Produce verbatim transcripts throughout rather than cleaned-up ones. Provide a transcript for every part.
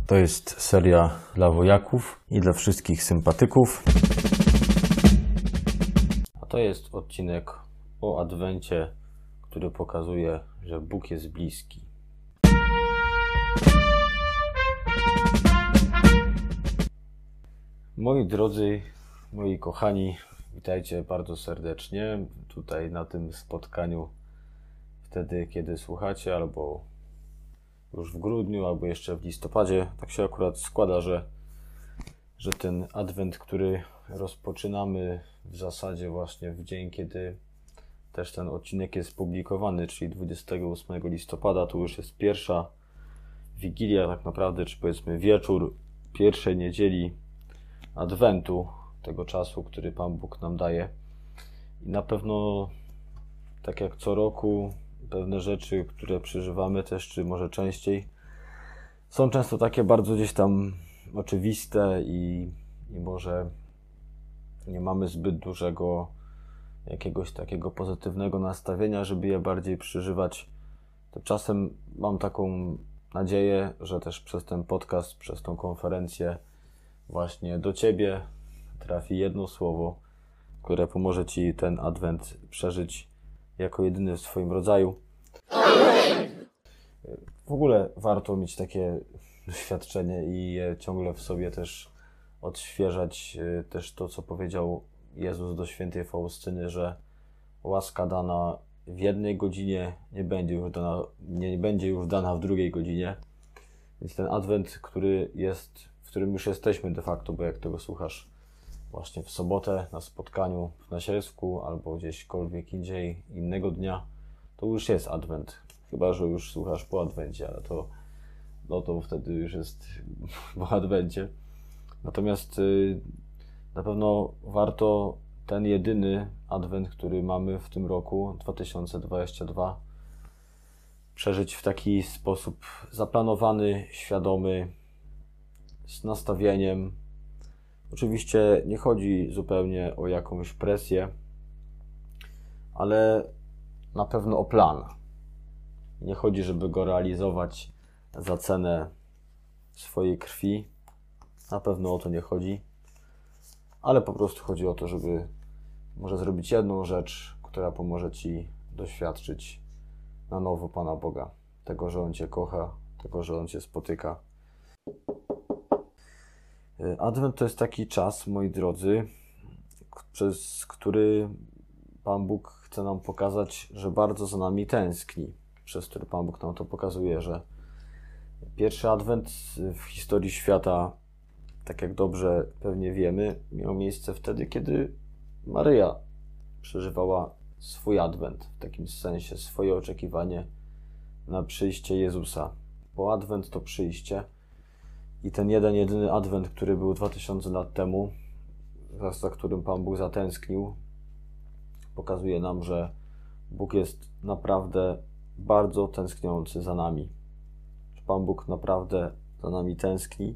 To jest seria dla wojaków i dla wszystkich sympatyków. A to jest odcinek o Adwencie, który pokazuje, że Bóg jest bliski. Moi drodzy, moi kochani, witajcie bardzo serdecznie tutaj na tym spotkaniu wtedy, kiedy słuchacie, albo już w grudniu, albo jeszcze w listopadzie. Tak się akurat składa, że, że ten Adwent, który rozpoczynamy w zasadzie właśnie w dzień, kiedy też ten odcinek jest publikowany, czyli dwudziestego ósmego listopada, to już jest pierwsza Wigilia tak naprawdę, czy powiedzmy wieczór pierwszej niedzieli Adwentu, tego czasu, który Pan Bóg nam daje. I na pewno, tak jak co roku, pewne rzeczy, które przeżywamy też, czy może częściej, są często takie bardzo gdzieś tam oczywiste i, i może nie mamy zbyt dużego jakiegoś takiego pozytywnego nastawienia, żeby je bardziej przeżywać. Tymczasem mam taką nadzieję, że też przez ten podcast, przez tą konferencję właśnie do Ciebie trafi jedno słowo, które pomoże Ci ten Adwent przeżyć jako jedyny w swoim rodzaju. W ogóle warto mieć takie doświadczenie i je ciągle w sobie też odświeżać. Też to, co powiedział Jezus do świętej Faustyny, że łaska dana w jednej godzinie nie będzie już dana, nie będzie już dana w drugiej godzinie. Więc ten Adwent, który jest, w którym już jesteśmy de facto, bo jak tego słuchasz właśnie w sobotę na spotkaniu w Nasielsku albo gdzieśkolwiek indziej innego dnia, to już jest Adwent. Chyba że już słuchasz po Adwencie, ale to, no to wtedy już jest po Adwencie. Natomiast yy, na pewno warto ten jedyny Adwent, który mamy w tym roku dwa tysiące dwudziestym drugim, przeżyć w taki sposób zaplanowany, świadomy, z nastawieniem. Oczywiście nie chodzi zupełnie o jakąś presję, ale na pewno o plan. Nie chodzi, żeby go realizować za cenę swojej krwi. Na pewno o to nie chodzi. Ale po prostu chodzi o to, żeby może zrobić jedną rzecz, która pomoże Ci doświadczyć na nowo Pana Boga. Tego, że On Cię kocha, tego, że On Cię spotyka. Adwent to jest taki czas, moi drodzy, przez który Pan Bóg chce nam pokazać, że bardzo za nami tęskni. Przez który Pan Bóg nam to pokazuje, że pierwszy Adwent w historii świata, tak jak dobrze pewnie wiemy, miał miejsce wtedy, kiedy Maryja przeżywała swój Adwent, w takim sensie swoje oczekiwanie na przyjście Jezusa. Bo Adwent to przyjście i ten jeden, jedyny Adwent, który był dwa tysiące lat temu, za którym Pan Bóg zatęsknił, pokazuje nam, że Bóg jest naprawdę bardzo tęskniący za nami. Że Pan Bóg naprawdę za nami tęskni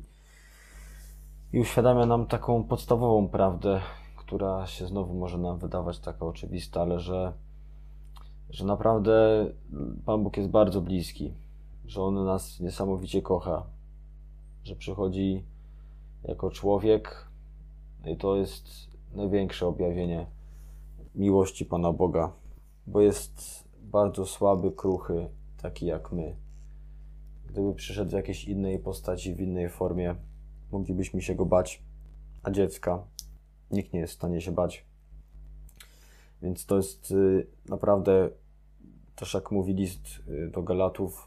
i uświadamia nam taką podstawową prawdę, która się znowu może nam wydawać taka oczywista, ale że, że naprawdę Pan Bóg jest bardzo bliski, że On nas niesamowicie kocha, że przychodzi jako człowiek i to jest największe objawienie miłości Pana Boga, bo jest bardzo słaby, kruchy, taki jak my. Gdyby przyszedł w jakiejś innej postaci, w innej formie, moglibyśmy się Go bać, a dziecka nikt nie jest w stanie się bać. Więc to jest y, naprawdę, też jak mówi list y, do Galatów,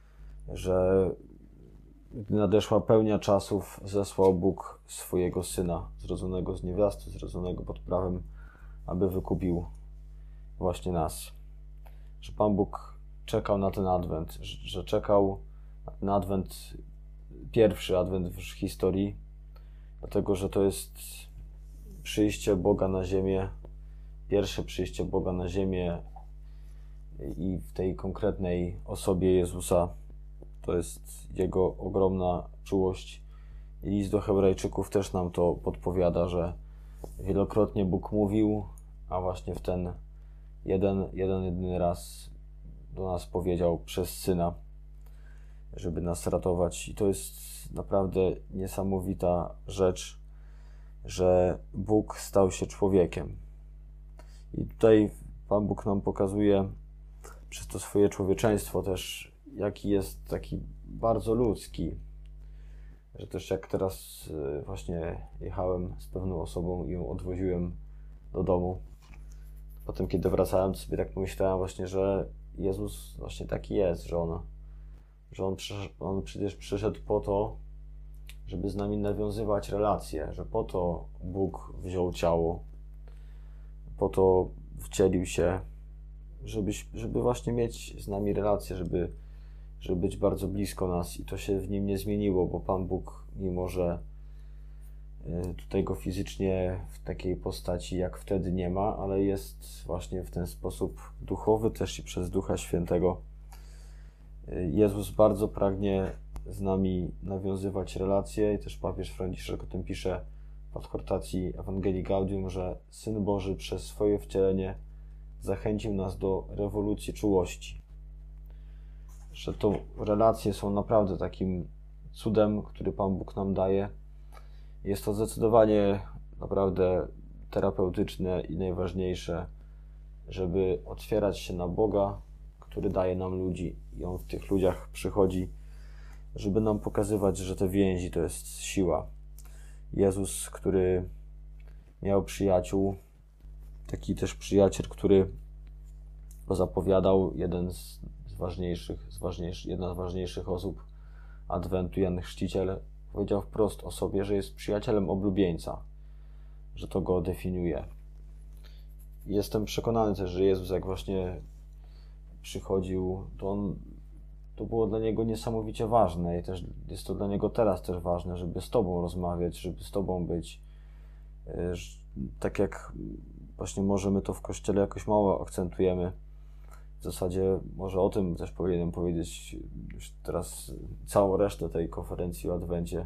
że gdy nadeszła pełnia czasów, zesłał Bóg swojego Syna, zrodzonego z niewiasty, zrodzonego pod prawem, aby wykupił właśnie nas. Że Pan Bóg czekał na ten Adwent, że czekał na ten Adwent, pierwszy Adwent w historii, dlatego, że to jest przyjście Boga na ziemię, pierwsze przyjście Boga na ziemię i w tej konkretnej osobie Jezusa. To jest Jego ogromna czułość. I list do Hebrajczyków też nam to podpowiada, że wielokrotnie Bóg mówił, a właśnie w ten jeden, jeden, jedyny raz do nas powiedział przez Syna, żeby nas ratować. I to jest naprawdę niesamowita rzecz, że Bóg stał się człowiekiem. I tutaj Pan Bóg nam pokazuje przez to swoje człowieczeństwo też, jaki jest taki bardzo ludzki. Że też jak teraz właśnie jechałem z pewną osobą i ją odwoziłem do domu, potem kiedy wracałem, to sobie tak pomyślałem właśnie, że Jezus właśnie taki jest, że On, że on, on przecież przyszedł po to, żeby z nami nawiązywać relacje, że po to Bóg wziął ciało, po to wcielił się, żeby, żeby właśnie mieć z nami relacje, żeby, żeby być bardzo blisko nas, i to się w Nim nie zmieniło, bo Pan Bóg, mimo że tutaj Go fizycznie w takiej postaci jak wtedy nie ma, ale jest właśnie w ten sposób duchowy też i przez Ducha Świętego. Jezus bardzo pragnie z nami nawiązywać relacje i też papież Franciszek o tym pisze w adhortacji Ewangelii Gaudium, że Syn Boży przez swoje wcielenie zachęcił nas do rewolucji czułości. Że to relacje są naprawdę takim cudem, który Pan Bóg nam daje. Jest to zdecydowanie naprawdę terapeutyczne i najważniejsze, żeby otwierać się na Boga, który daje nam ludzi i On w tych ludziach przychodzi, żeby nam pokazywać, że te więzi to jest siła. Jezus, który miał przyjaciół, taki też przyjaciel, który go zapowiadał, jeden z ważniejszych, z ważniejszych, jedna z ważniejszych osób Adwentu, Jan Chrzciciel, powiedział wprost o sobie, że jest przyjacielem oblubieńca, że to go definiuje. Jestem przekonany też, że Jezus, jak właśnie przychodził, to on, to było dla Niego niesamowicie ważne i też jest to dla Niego teraz też ważne, żeby z Tobą rozmawiać, żeby z Tobą być. Tak jak właśnie może my to w Kościele jakoś mało akcentujemy. W zasadzie może o tym też powinienem powiedzieć już teraz całą resztę tej konferencji o Adwencie.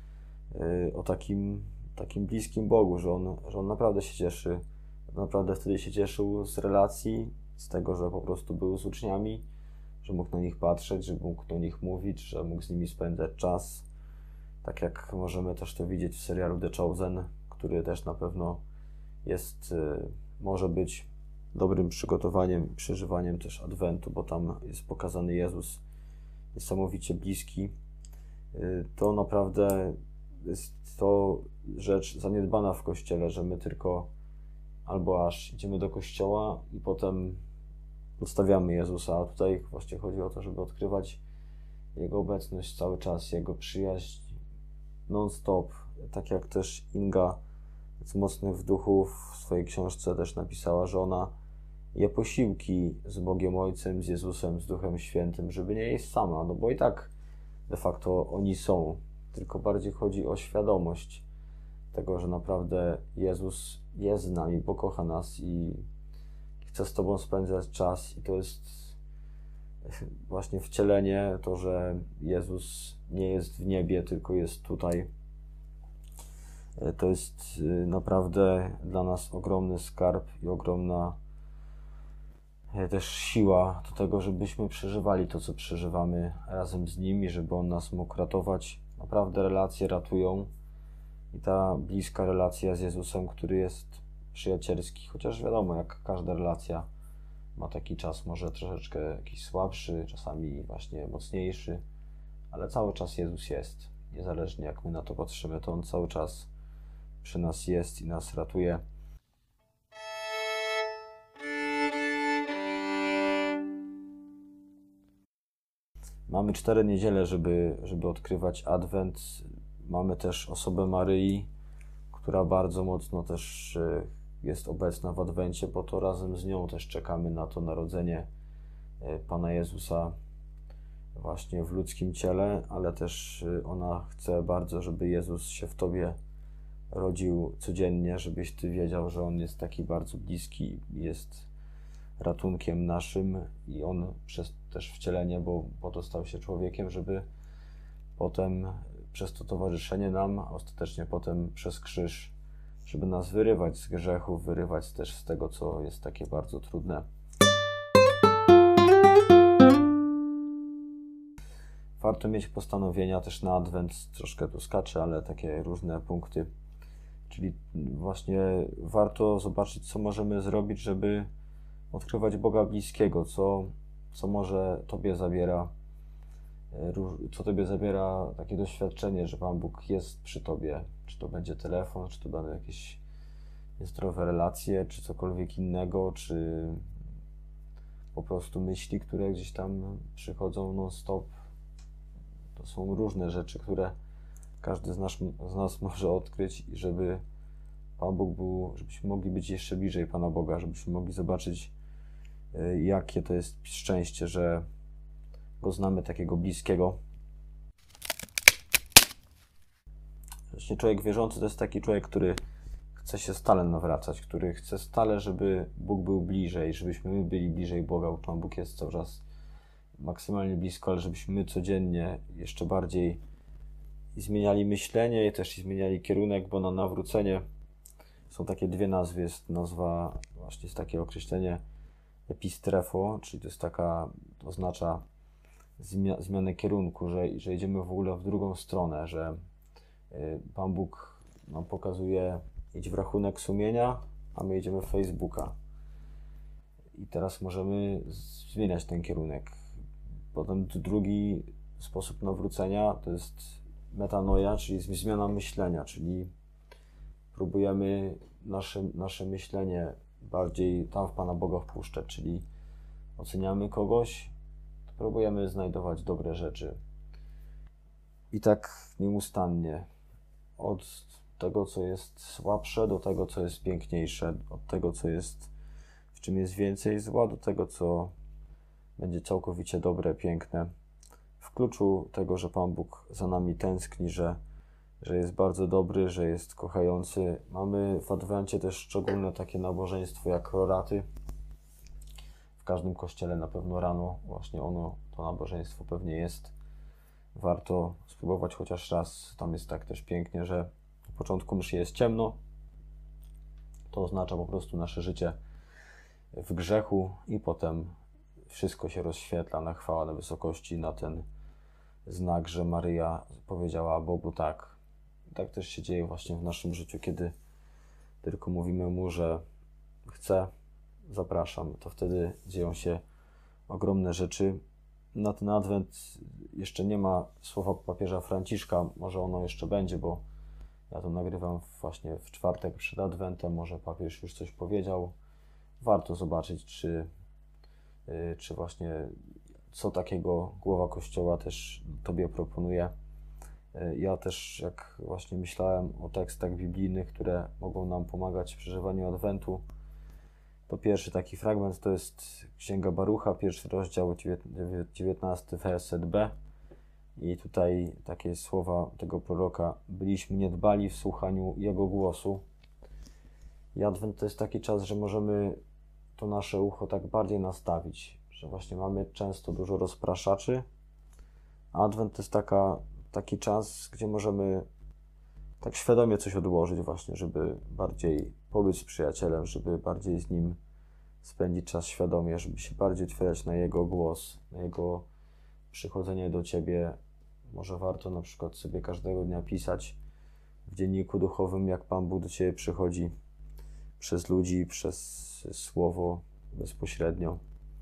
O takim, takim bliskim Bogu, że on, że on naprawdę się cieszy. Naprawdę wtedy się cieszył z relacji, z tego, że po prostu był z uczniami, że mógł na nich patrzeć, że mógł do nich mówić, że mógł z nimi spędzać czas. Tak jak możemy też to widzieć w serialu The Chosen, który też na pewno jest, może być dobrym przygotowaniem i przeżywaniem też Adwentu, bo tam jest pokazany Jezus niesamowicie bliski. To naprawdę jest to rzecz zaniedbana w Kościele, że my tylko albo aż idziemy do Kościoła i potem odstawiamy Jezusa, a tutaj właśnie chodzi o to, żeby odkrywać Jego obecność cały czas, Jego przyjaźń non-stop. Tak jak też Inga z Mocnych w Duchu w swojej książce też napisała, że ona je posiłki z Bogiem Ojcem, z Jezusem, z Duchem Świętym, żeby nie jeść sama, no bo i tak de facto oni są, tylko bardziej chodzi o świadomość tego, że naprawdę Jezus jest z nami, bo kocha nas i chce z Tobą spędzać czas, i to jest właśnie wcielenie, to, że Jezus nie jest w niebie, tylko jest tutaj. To jest naprawdę dla nas ogromny skarb i ogromna też siła do tego, żebyśmy przeżywali to, co przeżywamy razem z Nim i żeby On nas mógł ratować. Naprawdę relacje ratują i ta bliska relacja z Jezusem, który jest przyjacielski, chociaż wiadomo, jak każda relacja ma taki czas, może troszeczkę jakiś słabszy, czasami właśnie mocniejszy, ale cały czas Jezus jest. Niezależnie jak my na to patrzymy, to On cały czas przy nas jest i nas ratuje. Mamy cztery niedziele, żeby, żeby odkrywać Adwent. Mamy też osobę Maryi, która bardzo mocno też jest obecna w Adwencie, bo to razem z nią też czekamy na to narodzenie Pana Jezusa właśnie w ludzkim ciele, ale też ona chce bardzo, żeby Jezus się w Tobie rodził codziennie, żebyś Ty wiedział, że On jest taki bardzo bliski, jest ratunkiem naszym i On przez też wcielenie, bo po to stał się człowiekiem, żeby potem przez to towarzyszenie nam, a ostatecznie potem przez krzyż, żeby nas wyrywać z grzechów, wyrywać też z tego, co jest takie bardzo trudne. W warto mieć postanowienia też na Adwent, troszkę tu skaczę, ale takie różne punkty. Czyli właśnie warto zobaczyć, co możemy zrobić, żeby odkrywać Boga bliskiego, co, co może Tobie zabiera, co Tobie zabiera takie doświadczenie, że Pan Bóg jest przy Tobie. Czy to będzie telefon, czy to będą jakieś niezdrowe relacje, czy cokolwiek innego, czy po prostu myśli, które gdzieś tam przychodzą non-stop. To są różne rzeczy, które każdy z nas, z nas może odkryć i żeby Pan Bóg był, żebyśmy mogli być jeszcze bliżej Pana Boga, żebyśmy mogli zobaczyć, jakie to jest szczęście, że Go znamy takiego bliskiego. Właśnie człowiek wierzący to jest taki człowiek, który chce się stale nawracać, który chce stale, żeby Bóg był bliżej, żebyśmy my byli bliżej Boga, bo Pan Bóg jest cały czas maksymalnie blisko, ale żebyśmy my codziennie jeszcze bardziej zmieniali myślenie i też zmieniali kierunek, bo na nawrócenie są takie dwie nazwy. Jest nazwa, właśnie jest takie określenie epistrefo, czyli to jest taka, to oznacza zmia zmianę kierunku, że, że idziemy w ogóle w drugą stronę, że y, Pan Bóg nam pokazuje, idź w rachunek sumienia, a my idziemy w Facebooka. I teraz możemy zmieniać ten kierunek. Potem drugi sposób nawrócenia to jest metanoia, czyli zmiana myślenia, czyli próbujemy nasze, nasze myślenie bardziej tam w Pana Boga wpuszczać, czyli oceniamy kogoś, to próbujemy znajdować dobre rzeczy. I tak nieustannie. Od tego, co jest słabsze, do tego, co jest piękniejsze, od tego, co jest, w czym jest więcej zła, do tego, co będzie całkowicie dobre, piękne. W kluczu tego, że Pan Bóg za nami tęskni, że, że jest bardzo dobry, że jest kochający. Mamy w Adwencie też szczególne takie nabożeństwo jak roraty. W każdym kościele na pewno rano właśnie ono, to nabożeństwo pewnie jest. Warto spróbować chociaż raz. Tam jest tak też pięknie, że na początku mszy jest ciemno. To oznacza po prostu nasze życie w grzechu i potem wszystko się rozświetla na chwałę, na wysokości, na ten znak, że Maryja powiedziała Bogu tak. Tak też się dzieje właśnie w naszym życiu, kiedy tylko mówimy Mu, że chcę, zapraszam, to wtedy dzieją się ogromne rzeczy. Na ten Adwent jeszcze nie ma słowa papieża Franciszka, może ono jeszcze będzie, bo ja to nagrywam właśnie w czwartek przed Adwentem, może papież już coś powiedział. Warto zobaczyć, czy, yy, czy właśnie co takiego głowa Kościoła też Tobie proponuje. Yy, ja też, jak właśnie myślałem o tekstach biblijnych, które mogą nam pomagać w przeżywaniu Adwentu, to pierwszy taki fragment to jest Księga Barucha, pierwszy rozdział, dziewiętnasty werset B. I tutaj takie słowa tego proroka: byliśmy niedbali w słuchaniu Jego głosu. I Adwent to jest taki czas, że możemy to nasze ucho tak bardziej nastawić, że właśnie mamy często dużo rozpraszaczy. Adwent to jest taka, taki czas, gdzie możemy tak świadomie coś odłożyć właśnie, żeby bardziej pobyć z przyjacielem, żeby bardziej z nim spędzić czas świadomie, żeby się bardziej otwierać na Jego głos, na Jego przychodzenie do Ciebie. Może warto na przykład sobie każdego dnia pisać w dzienniku duchowym, jak Pan Bóg do Ciebie przychodzi przez ludzi, przez słowo bezpośrednio.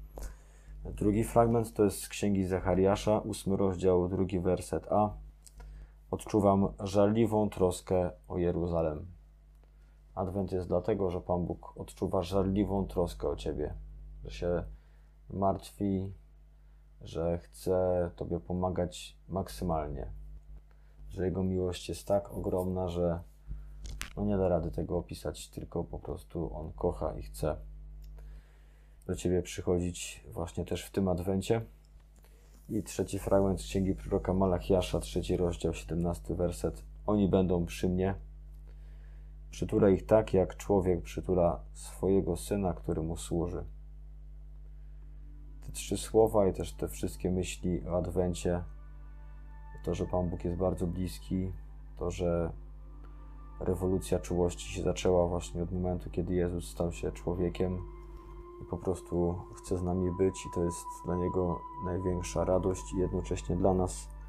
Drugi fragment to jest z Księgi Zachariasza, ósmy rozdział, drugi werset A. Odczuwam żarliwą troskę o Jeruzalem. Adwent jest dlatego, że Pan Bóg odczuwa żarliwą troskę o Ciebie, że się martwi, że chce Tobie pomagać maksymalnie, że Jego miłość jest tak ogromna, że no nie da rady tego opisać, tylko po prostu On kocha i chce do Ciebie przychodzić właśnie też w tym Adwencie. I trzeci fragment z Księgi proroka Malachiasza, trzeci rozdział, siedemnasty werset. Oni będą przy mnie. Przytulę ich tak, jak człowiek przytula swojego syna, który mu służy. Te trzy słowa i też te wszystkie myśli o Adwencie, to, że Pan Bóg jest bardzo bliski, to, że rewolucja czułości się zaczęła właśnie od momentu, kiedy Jezus stał się człowiekiem i po prostu chce z nami być i to jest dla Niego największa radość i jednocześnie dla nas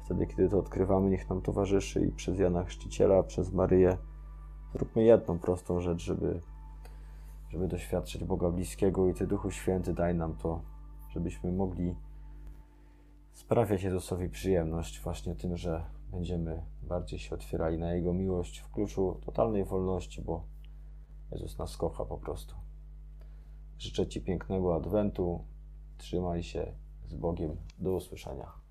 wtedy, kiedy to odkrywamy, niech nam towarzyszy i przez Jana Chrzciciela, przez Maryję. Zróbmy jedną prostą rzecz, żeby, żeby doświadczyć Boga bliskiego i Ty, Duchu Święty, daj nam to, żebyśmy mogli sprawiać Jezusowi przyjemność właśnie tym, że będziemy bardziej się otwierali na Jego miłość w kluczu totalnej wolności, bo Jezus nas kocha po prostu. Życzę Ci pięknego Adwentu. Trzymaj się z Bogiem. Do usłyszenia.